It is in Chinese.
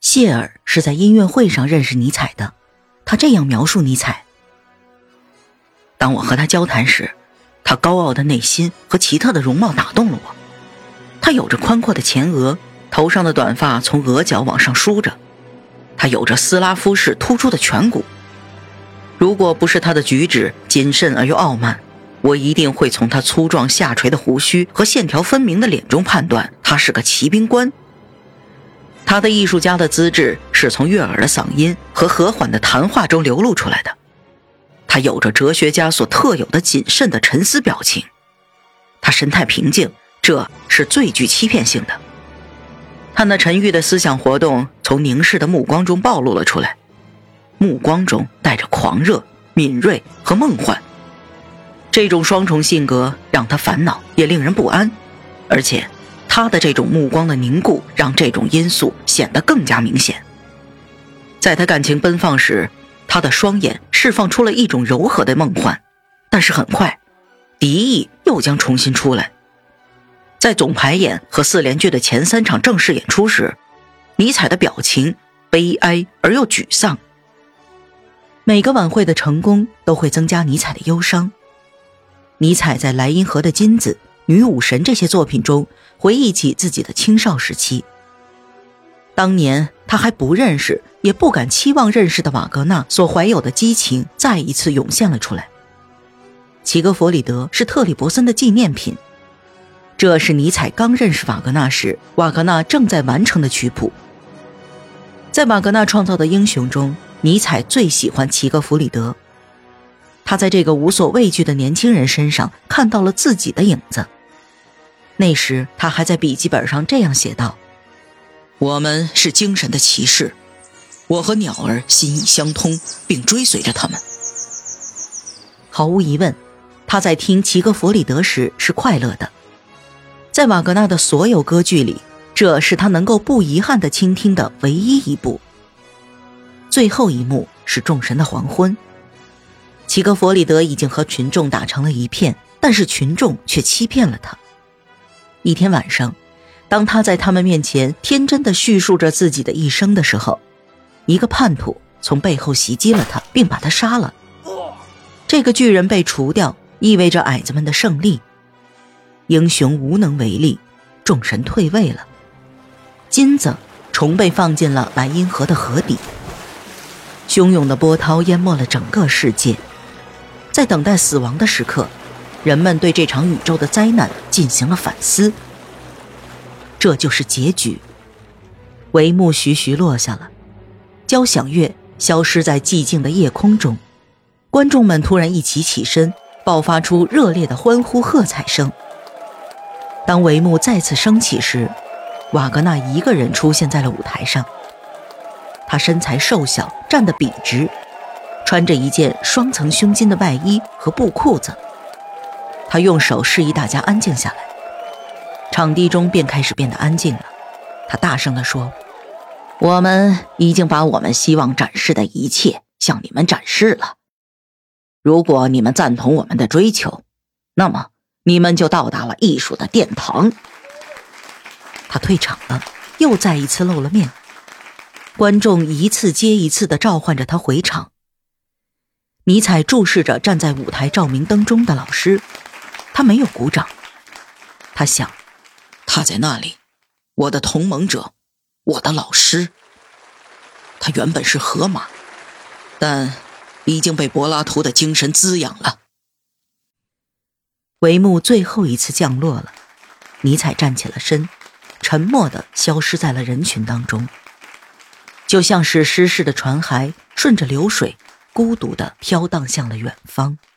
谢尔是在音乐会上认识尼采的，他这样描述尼采：当我和他交谈时，他高傲的内心和奇特的容貌打动了我。他有着宽阔的前额，头上的短发从额角往上梳着，他有着斯拉夫式突出的颧骨。如果不是他的举止谨慎而又傲慢，我一定会从他粗壮下垂的胡须和线条分明的脸中判断他是个骑兵官。他的艺术家的资质是从悦耳的嗓音和和缓的谈话中流露出来的。他有着哲学家所特有的谨慎的沉思表情。他神态平静，这是最具欺骗性的。他那沉郁的思想活动从凝视的目光中暴露了出来，目光中带着狂热、敏锐和梦幻。这种双重性格让他烦恼，也令人不安，而且他的这种目光的凝固让这种因素显得更加明显。在他感情奔放时，他的双眼释放出了一种柔和的梦幻，但是很快敌意又将重新出来。在总排演和4连剧的前3场正式演出时，尼采的表情悲哀而又沮丧。每个晚会的成功都会增加尼采的忧伤。尼采在莱茵河的金子、女武神这些作品中回忆起自己的青少时期。当年他还不认识也不敢期望认识的瓦格纳所怀有的激情再一次涌现了出来。齐格弗里德是特里伯森的纪念品，这是尼采刚认识瓦格纳时，瓦格纳正在完成的曲谱。在瓦格纳创造的英雄中，尼采最喜欢齐格弗里德。他在这个无所畏惧的年轻人身上看到了自己的影子。那时他还在笔记本上这样写道：我们是精神的骑士，我和鸟儿心意相通，并追随着他们。毫无疑问，他在听齐格弗里德时是快乐的。在瓦格纳的所有歌剧里，这是他能够不遗憾地倾听的唯一一部。最后一幕是众神的黄昏。齐格弗里德已经和群众打成了一片，但是群众却欺骗了他。一天晚上，当他在他们面前天真地叙述着自己的一生的时候，一个叛徒从背后袭击了他，并把他杀了。这个巨人被除掉，意味着矮子们的胜利。英雄无能为力，众神退位了。金子重被放进了莱茵河的河底，汹涌的波涛淹没了整个世界。在等待死亡的时刻，人们对这场宇宙的灾难进行了反思。这就是结局。帷幕徐徐落下了，交响乐消失在寂静的夜空中，观众们突然一起起身，爆发出热烈的欢呼喝彩声。当帷幕再次升起时，瓦格纳一个人出现在了舞台上。他身材瘦小，站得笔直，穿着一件双层胸襟的外衣和布裤子。他用手示意大家安静下来，场地中便开始变得安静了。他大声地说：我们已经把我们希望展示的一切向你们展示了。如果你们赞同我们的追求，那么你们就到达了艺术的殿堂。他退场了，又再一次露了面。观众一次接一次地召唤着他回场。尼采注视着站在舞台照明灯中的老师，他没有鼓掌。他想，他在那里，我的同盟者，我的老师。他原本是河马，但已经被柏拉图的精神滋养了。帷幕最后一次降落了，尼采站起了身，沉默地消失在了人群当中，就像是失事的船骸顺着流水孤独地飘荡向了远方。